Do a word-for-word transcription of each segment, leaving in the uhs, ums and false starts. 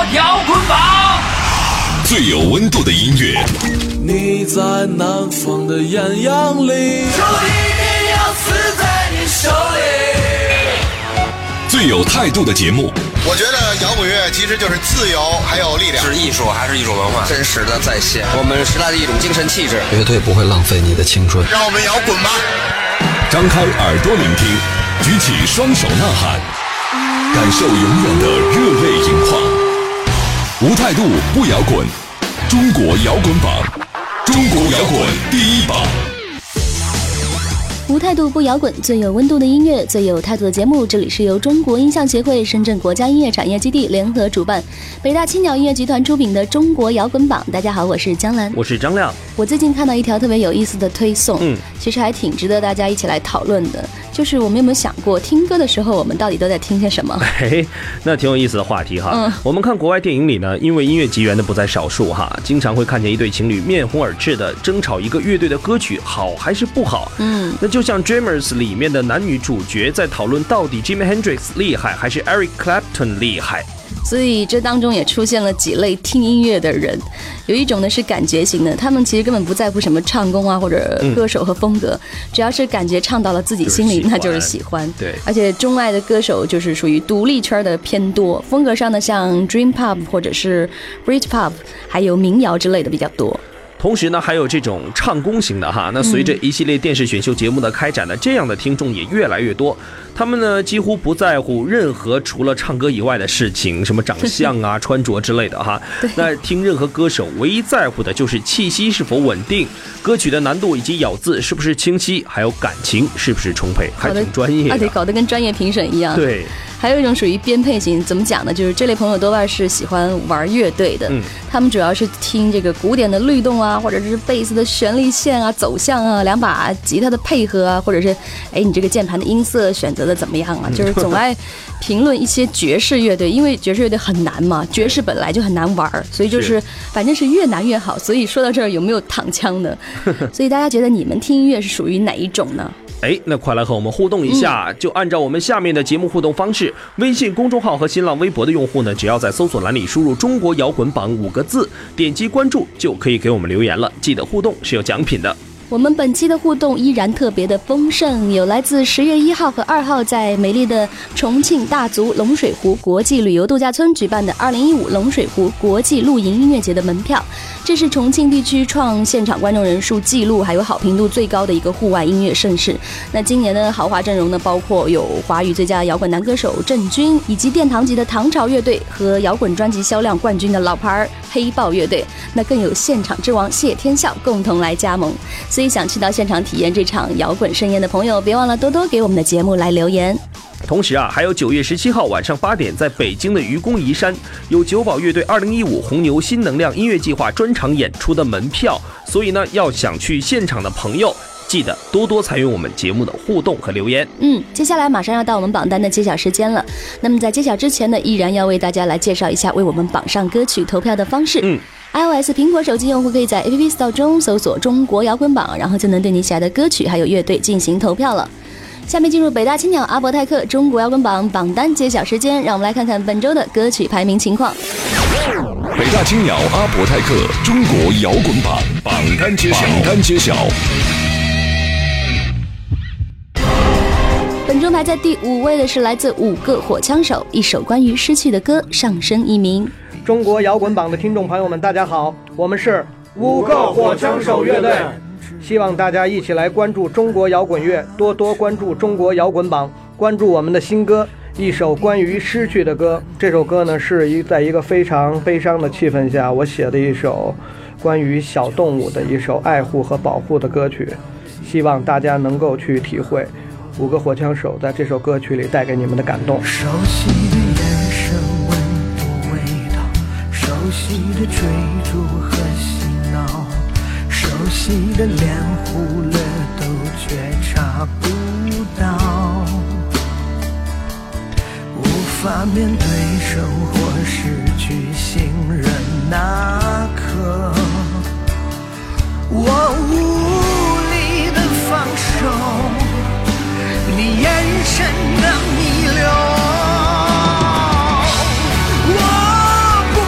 摇滚榜， 最有温度的音乐。 你在南方的艳阳里， 就一定要死在你手里。 最有态度的节目。 我觉得摇滚乐其实就是自由还有力量， 是艺术还是一种文化，真实的再现我们时代的一种精神气质， 绝对不会浪费你的青春。 让我们摇滚吧！ 张开耳朵聆听，举起双手呐喊，感受永远的热泪盈眶。无态度不摇滚，中国摇滚榜，中国摇滚第一榜。 无态度不摇滚，最有温度的音乐，最有态度的节目。这里是由中国音像协会、深圳国家音乐产业基地联合主办，北大青鸟音乐集团出品的中国摇滚榜。大家好，我是江兰， 我是张亮。 我最近看到一条特别有意思的推送， 嗯， 其实还挺值得大家一起来讨论的。就是我们有没有想过，听歌的时候我们到底都在听些什么？ 哎，那挺有意思的话题哈。 嗯， 我们看国外电影里呢，因为音乐结缘的不在少数哈，经常会看见一对情侣面红耳赤的争吵一个乐队的歌曲好还是不好。 嗯， 那就像 Dreamers 里面的男女主角在讨论到底 Jimi Hendrix 厉害还是 Eric Clapton 厉害。 所以这当中也出现了几类听音乐的人，有一种呢是感觉型的，他们其实根本不在乎什么唱功啊或者歌手和风格，嗯，只要是感觉唱到了自己心里，就是，那就是喜欢。 对， 而且钟爱的歌手就是属于独立圈的偏多，风格上呢像 Dream Pop 或者是 Brit Pop 还有民谣之类的比较多。 同时呢，还有这种唱功型的哈。那随着一系列电视选秀节目的开展呢，这样的听众也越来越多。他们呢几乎不在乎任何除了唱歌以外的事情，什么长相啊、穿着之类的哈。那听任何歌手，唯一在乎的就是气息是否稳定，歌曲的难度以及咬字是不是清晰，还有感情是不是充沛，还挺专业的。 而且搞得跟专业评审一样。 对。 还有一种属于编配型，怎么讲呢？就是这类朋友多半是喜欢玩乐队的，嗯，他们主要是听这个古典的律动啊，或者是贝斯的旋律线啊、走向啊，两把吉他的配合啊，或者是哎你这个键盘的音色选择的怎么样啊？就是总爱评论一些爵士乐队，因为爵士乐队很难嘛，爵士本来就很难玩，所以就是反正是越难越好。所以说到这儿，有没有躺枪的？所以大家觉得你们听音乐是属于哪一种呢？ 哎，那快来和我们互动一下，嗯，就按照我们下面的节目互动方式，微信公众号和新浪微博的用户呢，只要在搜索栏里输入中国摇滚榜五个字，点击关注就可以给我们留言了，记得互动是有奖品的。 我们本期的互动依然特别的丰盛，有来自十月一号和二号在美丽的重庆大足龙水湖国际旅游度假村举办的二零一五龙水湖国际露营音乐节的门票。这是重庆地区创现场观众人数纪录还有好评度最高的一个户外音乐盛事。那今年的豪华阵容呢，包括有华语最佳摇滚男歌手郑钧，以及殿堂级的唐朝乐队和摇滚专辑销量冠军的老牌黑豹乐队，那更有现场之王谢天笑共同来加盟。所以想去到现场体验这场摇滚盛宴的朋友，别忘了多多给我们的节目来留言。 同时啊，还有九月十七号晚上八点，在北京的愚公移山有九宝乐队二零一五红牛新能量音乐计划专场演出的门票，所以呢，要想去现场的朋友，记得多多参与我们节目的互动和留言。 嗯，接下来马上要到我们榜单的揭晓时间了。那么在揭晓之前呢，依然要为大家来介绍一下为我们榜上歌曲投票的方式。嗯。iOS 苹果手机用户可以在 A P P Store 中搜索中国摇滚榜，然后就能对你喜爱的歌曲还有乐队进行投票了。下面进入北大青鸟阿伯泰克中国摇滚榜榜单揭晓时间，让我们来看看本周的歌曲排名情况。 北大青鸟阿伯泰克中国摇滚榜榜单揭晓，榜单揭晓。 本周排在第五位的是来自五个火枪手，一首关于失去的歌上升一名。 中国摇滚榜的听众朋友们，大家好，我们是五个火枪手乐队，希望大家一起来关注中国摇滚乐，多多关注中国摇滚榜，关注我们的新歌，一首关于失去的歌。这首歌呢，是一在一个非常悲伤的气氛下，我写的一首关于小动物的一首爱护和保护的歌曲，希望大家能够去体会五个火枪手在这首歌曲里带给你们的感动。 熟悉的眼神，温度味道，熟悉的追逐和洗脑，熟悉的连忽略都觉察不到，无法面对生活失去信任那刻，我无力的放手，你眼神的弥留，我不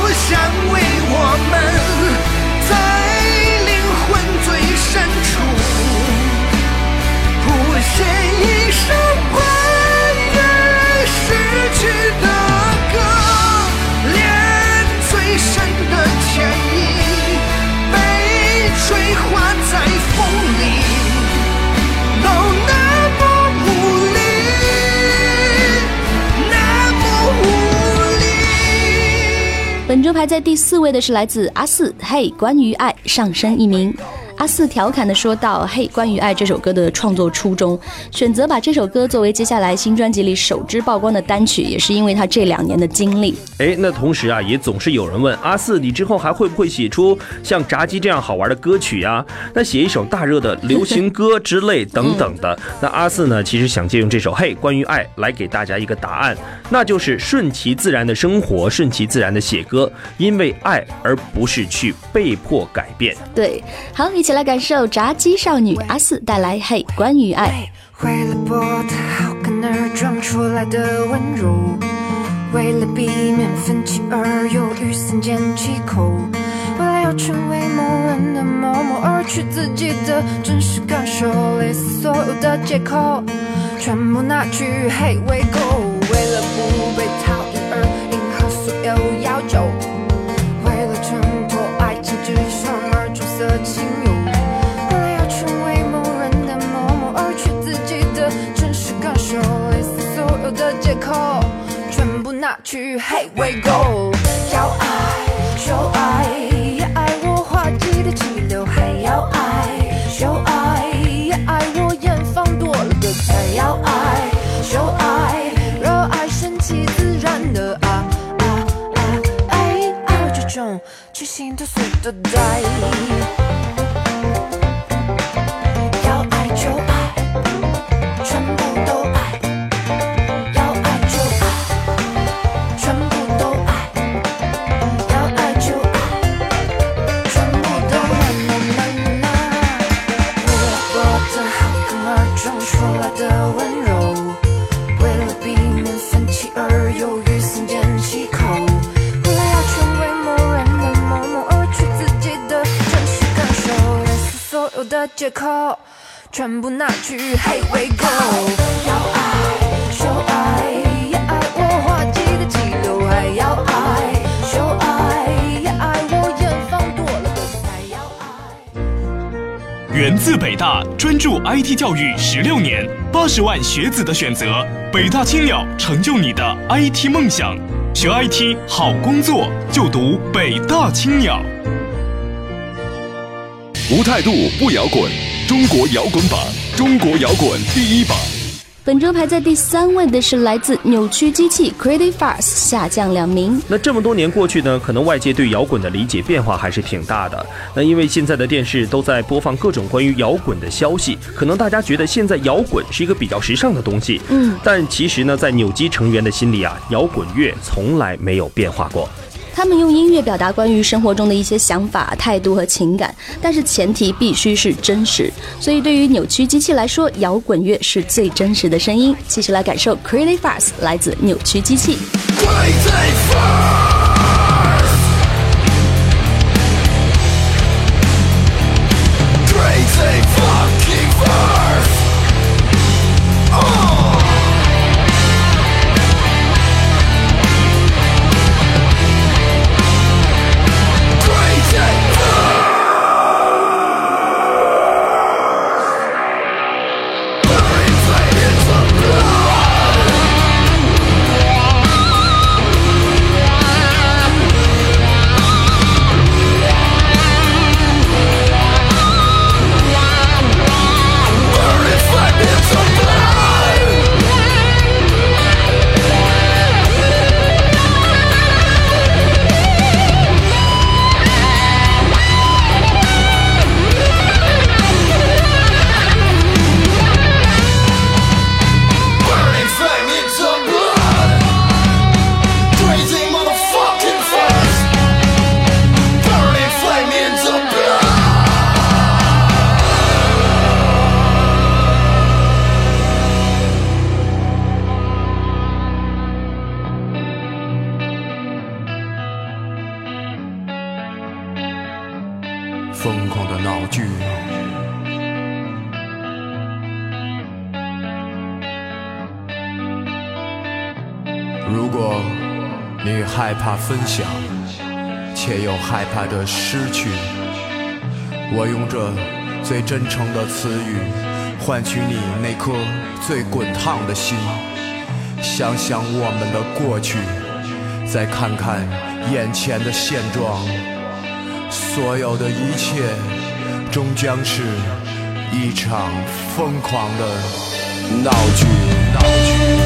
本周排在第四位的是来自阿四，嘿，关于爱，上升一名。阿四调侃地说到，嘿，关于爱这首歌的创作初衷，选择把这首歌作为接下来新专辑里首支曝光的单曲，也是因为他这两年的经历。 哎，那同时啊，也总是有人问阿四，你之后还会不会写出像炸鸡这样好玩的歌曲呀、啊？那写一首大热的流行歌之类等等的。嗯、那阿四呢，其实想借用这首嘿，关于爱来给大家一个答案，那就是顺其自然的生活，顺其自然的写歌，因为爱而不是去被迫改变。 对，好，一起。一起来感受炸鸡少女阿四带来嘿关于爱。 为了波特好看而装出来的温柔，为了避免分歧而犹豫三缄其口，为了要成为某人的某某而去自己的真实感受，类似所有的借口全部拿去嘿喂狗，为了不被讨厌而迎合所有要求，为了挣脱爱情之上而重色轻友，的借口全部拿去嘿喂狗，要爱就爱，也爱我滑稽的气流，还要爱就爱，也爱我远方多了个才要爱就爱，热爱顺其自然的啊啊啊爱，爱我这种清醒的速度带，要爱就爱，全部都爱。借口全部拿去嘿喂狗，要爱就爱，也爱我滑稽的气流，还要爱就爱，也爱我远方多了个才要爱。 源自北大，专注 I T 教育十六年，八十万学子的选择，北大青鸟成就你的 I T 梦想。学 I T 好工作，就读北大青鸟。 无态度不摇滚，中国摇滚榜，中国摇滚第一榜。 本周排在第三位的是来自扭曲机器 Crazy Farce， 下降两名。 那这么多年过去呢，可能外界对摇滚的理解变化还是挺大的。那因为现在的电视都在播放各种关于摇滚的消息，可能大家觉得现在摇滚是一个比较时尚的东西。嗯，但其实呢，在扭机成员的心里啊，摇滚乐从来没有变化过。 他们用音乐表达关于生活中的一些想法、态度和情感，但是前提必须是真实。所以对于扭曲机器来说，摇滚乐是最真实的声音。继续来感受 Crazy Farce 来自扭曲机器。 疯狂的闹剧，如果你害怕分享，且又害怕着失去，我用这最真诚的词语换取你那颗最滚烫的心。想想我们的过去，再看看眼前的现状，所有的一切终将是一场疯狂的闹剧。闹剧。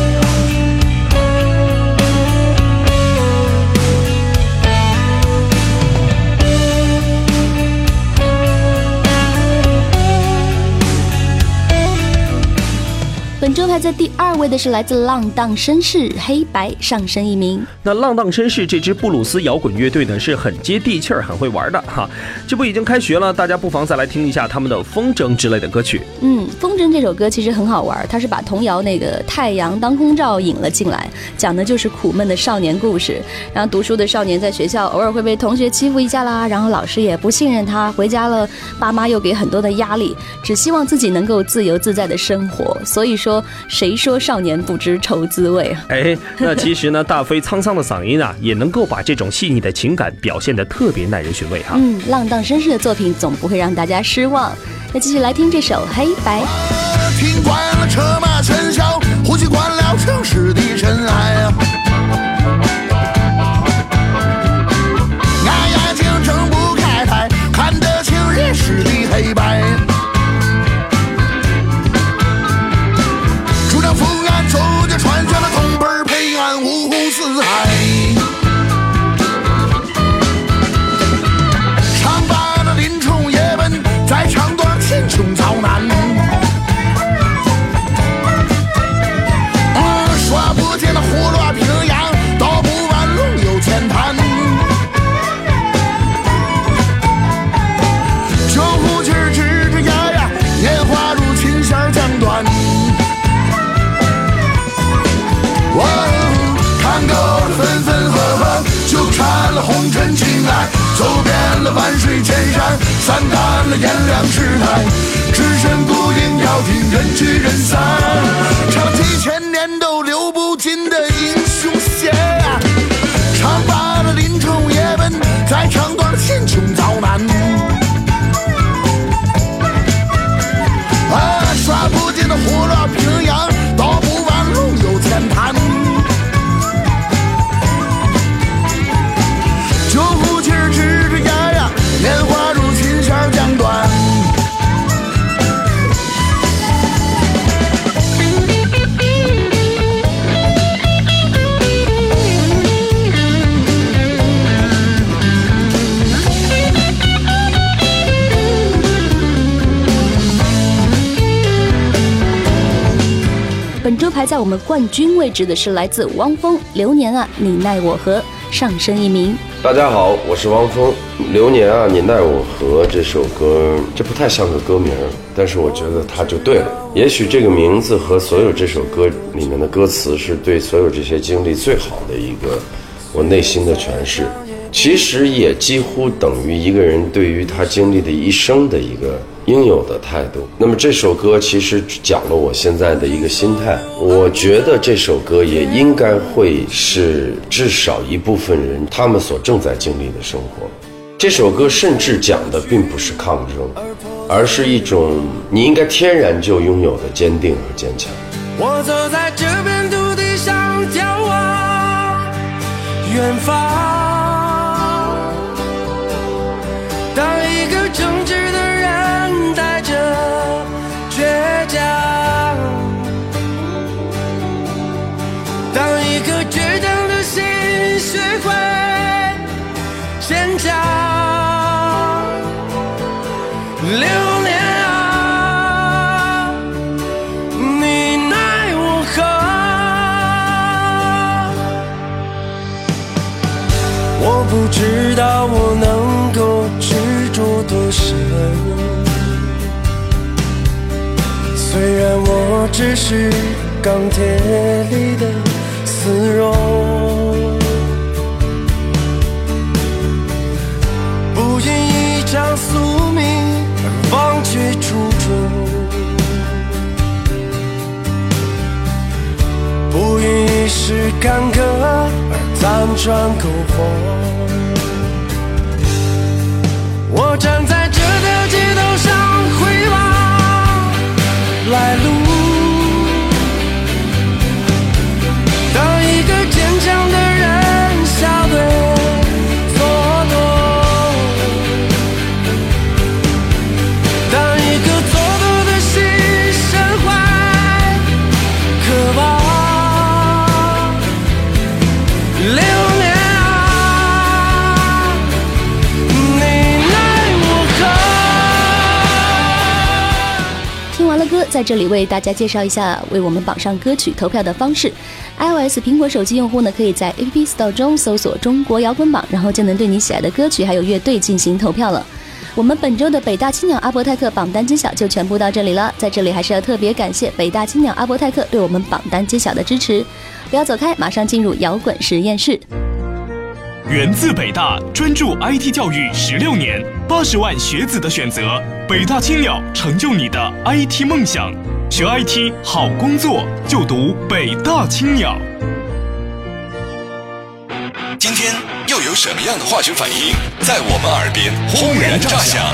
本周排在第二位的是来自浪荡绅士黑白上升一名。 那浪荡绅士这支布鲁斯摇滚乐队呢是很接地气儿，很会玩的哈。这不已经开学了，大家不妨再来听一下他们的《风筝》之类的歌曲。 嗯，《风筝》这首歌其实很好玩，它是把童谣那个太阳当空照引了进来，讲的就是苦闷的少年故事。然后读书的少年在学校偶尔会被同学欺负一下啦，然后老师也不信任他，回家了爸妈又给很多的压力，只希望自己能够自由自在的生活。所以说谁说少年不知愁滋味啊？ 哎，那其实呢，大飞沧桑的嗓音啊，也能够把这种细腻的情感表现得特别耐人寻味哈。 嗯，浪荡绅士的作品总不会让大家失望。那继续来听这首《黑白》。 听惯了车马喧嚣，呼吸惯了城市的尘埃啊，俺眼睛睁不开台，看得清人世的黑白。主张父安走就穿上了铜本陪俺五湖四海，唱罢了林冲也问，再唱段秦琼遭难。嗯，说不尽的胡乱平阳，道不完龙游浅滩。酒壶劲儿指着牙呀，年华如琴弦将断。看够了分分合合，就看了红尘情爱，走遍了万水千山，散淡了炎凉世态，只身孤影要听人聚人散，唱几千年都流不尽的英雄血，唱罢了林冲也问，再唱段秦琼遭难。啊，刷不尽的胡乱平阳，道不完龙游浅滩。酒壶劲儿指着牙呀，年华如琴弦将断。 本周排在我们冠军位置的是来自汪峰《流年啊，你奈我何》上升一名。 大家好，我是汪峰。流年啊，你奈我何这首歌，这不太像个歌名，但是我觉得它就对了。也许这个名字和所有这首歌里面的歌词是对所有这些经历最好的一个我内心的诠释，其实也几乎等于一个人对于他经历的一生的一个应有的态度。那么这首歌其实讲了我现在的一个心态，我觉得这首歌也应该会是至少一部分人他们所正在经历的生活。这首歌甚至讲的并不是抗争，而是一种你应该天然就拥有的坚定和坚强。 我走在这片土地上，眺望远方，当一个正直的人带着倔强，当一颗倔强的心学会坚强。流年啊，你奈我何？我不知道我能够执着多深，虽然我只是钢铁里的丝绒，不因一场宿命而忘却初衷，不因一时坎坷而辗转苟活。我站在这条街道上回望来路，当一个坚强的人笑对在这里为大家介绍一下为我们榜上歌曲投票的方式。iOS 苹果手机用户呢，可以在 A P P Store 中搜索中国摇滚榜，然后就能对你喜爱的歌曲还有乐队进行投票了。我们本周的北大青鸟阿伯泰克榜单揭晓就全部到这里了，在这里还是要特别感谢北大青鸟阿伯泰克对我们榜单揭晓的支持。不要走开，马上进入摇滚实验室。 源自北大，专注 I T 教育十六年，八十万学子的选择，北大青鸟成就你的 I T 梦想。学 I T 好工作就读北大青鸟。 今天又有什么样的化学反应在我们耳边轰然炸响？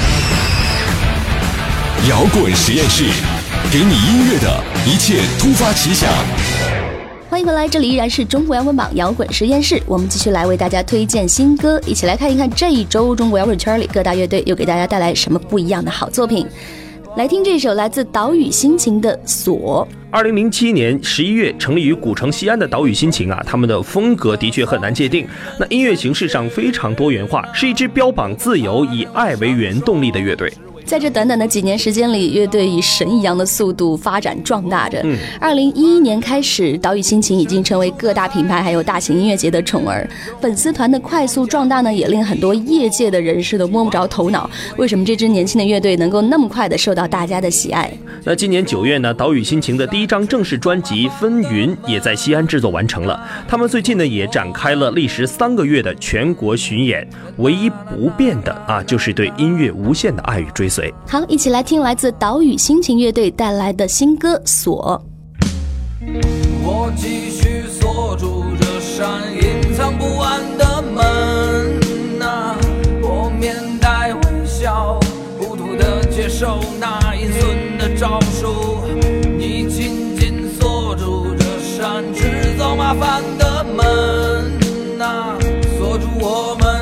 摇滚实验室，给你音乐的一切突发奇想。 欢迎回来，这里依然是中国摇滚榜摇滚实验室，我们继续来为大家推荐新歌，一起来看一看这一周中国摇滚圈里各大乐队又给大家带来什么不一样的好作品。来听这首来自岛屿心情的锁。 二零零七年十一月成立于古城西安的岛屿心情啊，他们的风格的确很难界定。那音乐形式上非常多元化，是一支标榜自由、以爱为原动力的乐队。 在这短短的几年时间里，乐队以神一样的速度发展壮大着。二零一一年开始，岛屿心情已经成为各大品牌还有大型音乐节的宠儿。粉丝团的快速壮大呢，也令很多业界的人士都摸不着头脑，为什么这支年轻的乐队能够那么快的受到大家的喜爱？ 那今年九月呢，岛屿心情的第一张正式专辑《纷纭》也在西安制作完成了。他们最近呢，也展开了历时三个月的全国巡演。唯一不变的啊，就是对音乐无限的爱与追随。 好，一起来听来自岛屿心情乐队带来的新歌《锁》。 我继续锁住这扇隐藏不完的门啊，我面带微笑，糊涂地接受那阴损的招数。你紧紧锁住这扇制造麻烦的门啊，锁住我们。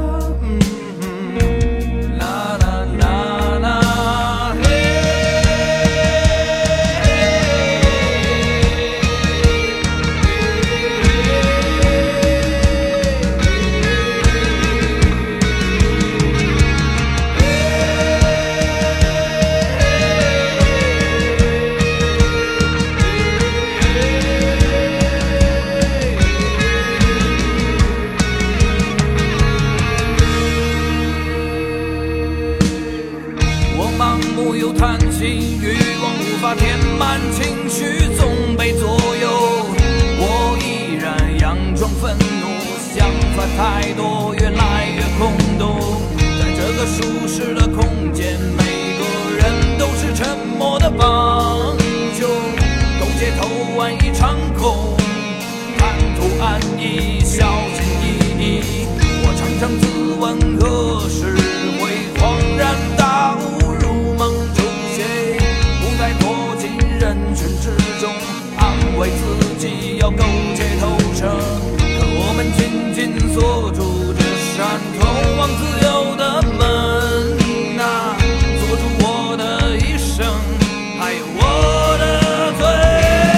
填满情绪总被左右，我依然佯装愤怒，想法太多，越来越空洞。在这个舒适的空间，每个人都是沉默的帮凶，勾结头玩一场空，贪图安逸，小心翼翼。我常常自问何时会恍然大悟，入梦中谁不再脱人群之中，安慰自己要苟且偷生，可我们紧紧锁住这扇通往自由的门啊，锁住我的一生，还有我的罪。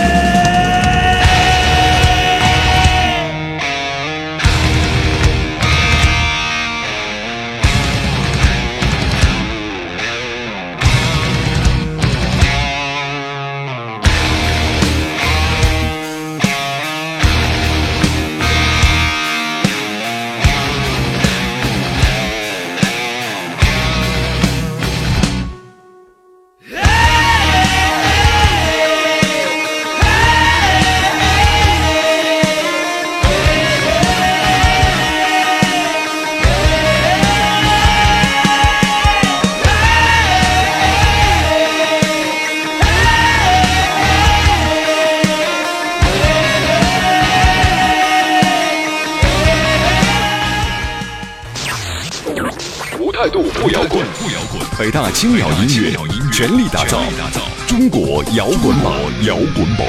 不摇滚，不摇滚。北大青鸟音乐全力打造中国摇滚榜，摇滚榜。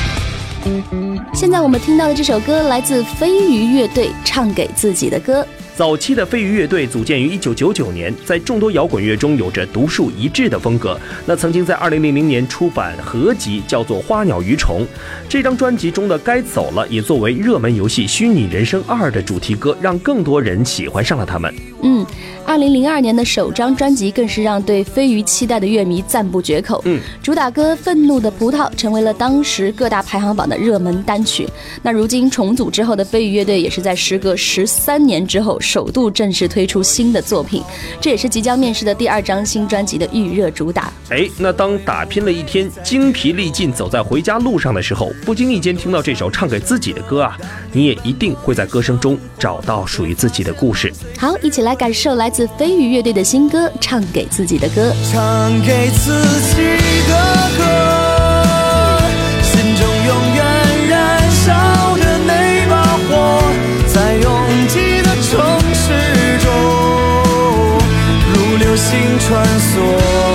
现在我们听到的这首歌来自飞鱼乐队唱给自己的歌。 早期的飞鱼乐队组建于一九九九年，在众多摇滚乐中有着独树一帜的风格。那曾经在二零零零年出版合集，叫做《花鸟鱼虫》。这张专辑中的《该走了》也作为热门游戏《虚拟人生二》的主题歌，让更多人喜欢上了他们。 嗯，二零零二年的首张专辑更是让对飞鱼期待的乐迷赞不绝口。 嗯， 主打歌《愤怒的葡萄》成为了当时各大排行榜的热门单曲。那如今重组之后的飞鱼乐队也是在时隔十三年之后首度正式推出新的作品，这也是即将面世的第二张新专辑的预热主打。 哎，那当打拼了一天，精疲力尽，走在回家路上的时候，不经意间听到这首唱给自己的歌啊，你也一定会在歌声中找到属于自己的故事。 好，一起来感受来自飞鱼乐队的新歌《唱给自己的歌》。 唱给自己的歌，心中永远燃烧的那把火，在拥挤的城市中如流星穿梭。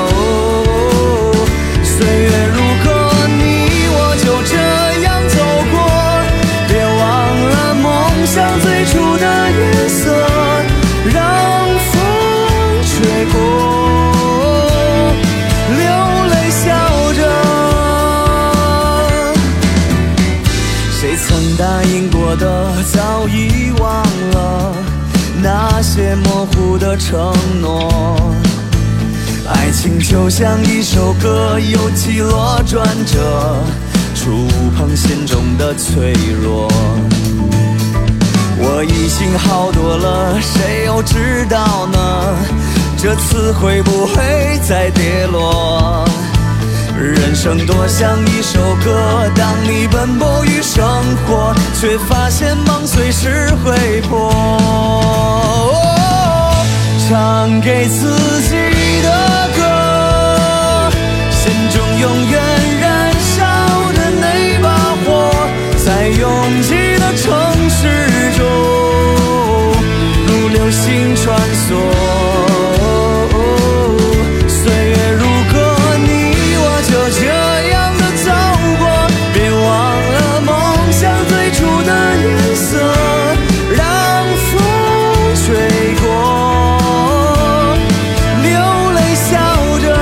岁月如歌，你我就这样走过，别忘了梦想最初的颜色，让风吹过，流泪笑着。谁曾答应过的早遗忘了，那些模糊的承诺。爱情就像一首歌，有起落转折，触碰心中的脆弱。我已经好多了，谁又知道呢？这次会不会再跌落？人生多像一首歌，当你奔波于生活，却发现梦随时会破。哦，唱给自己的歌，心中永远燃烧的那把火，在拥挤的城市中如流星穿梭。岁月如歌，你我就这样的走过，别忘了梦想最初的颜色，让风吹过，流泪笑着。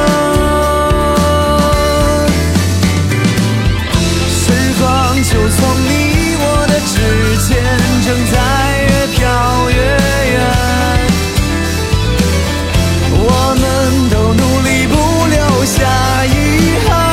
时光就从你我的指尖，正在越飘越远，我们都努力不留下遗憾。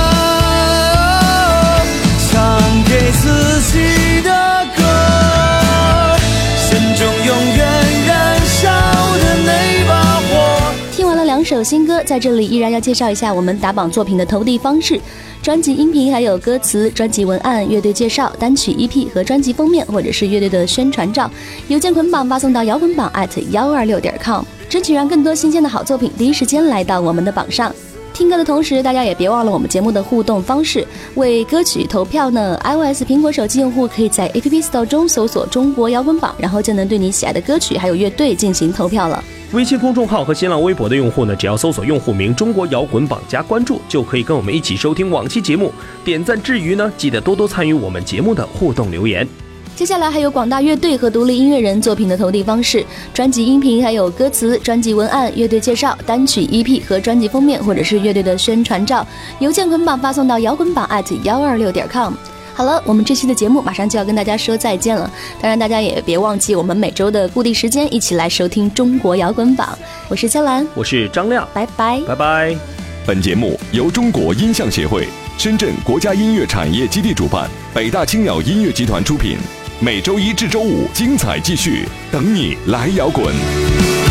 唱给自己的歌，心中永远燃烧的那把火。 听完了两首新歌，在这里依然要介绍一下我们打榜作品的投递方式。专辑音频还有歌词、专辑文案、乐队介绍、单曲 E P 和专辑封面，或者是乐队的宣传照，邮件捆绑发送到摇滚榜 at 一二六点 com， 争取让更多新鲜的好作品第一时间来到我们的榜上。听歌的同时，大家也别忘了我们节目的互动方式，为歌曲投票呢。iOS 苹果手机用户可以在 A P P Store 中搜索中国摇滚榜，然后就能对你喜爱的歌曲还有乐队进行投票了。 微信公众号和新浪微博的用户呢，只要搜索用户名中国摇滚榜加关注，就可以跟我们一起收听往期节目。点赞之余呢，记得多多参与我们节目的互动留言。 接下来还有广大乐队和独立音乐人作品的投递方式，专辑音频还有歌词、专辑文案、乐队介绍、单曲 E P 和专辑封面，或者是乐队的宣传照，邮件捆绑发送到摇滚榜 at 一二六点 com。好了，我们这期的节目马上就要跟大家说再见了，当然大家也别忘记我们每周的固定时间一起来收听中国摇滚榜。我是肖兰， 我是张亮， 拜拜拜拜。 本节目由中国音像协会、深圳国家音乐产业基地主办，北大青鸟音乐集团出品。每周一至周五精彩继续，等你来摇滚。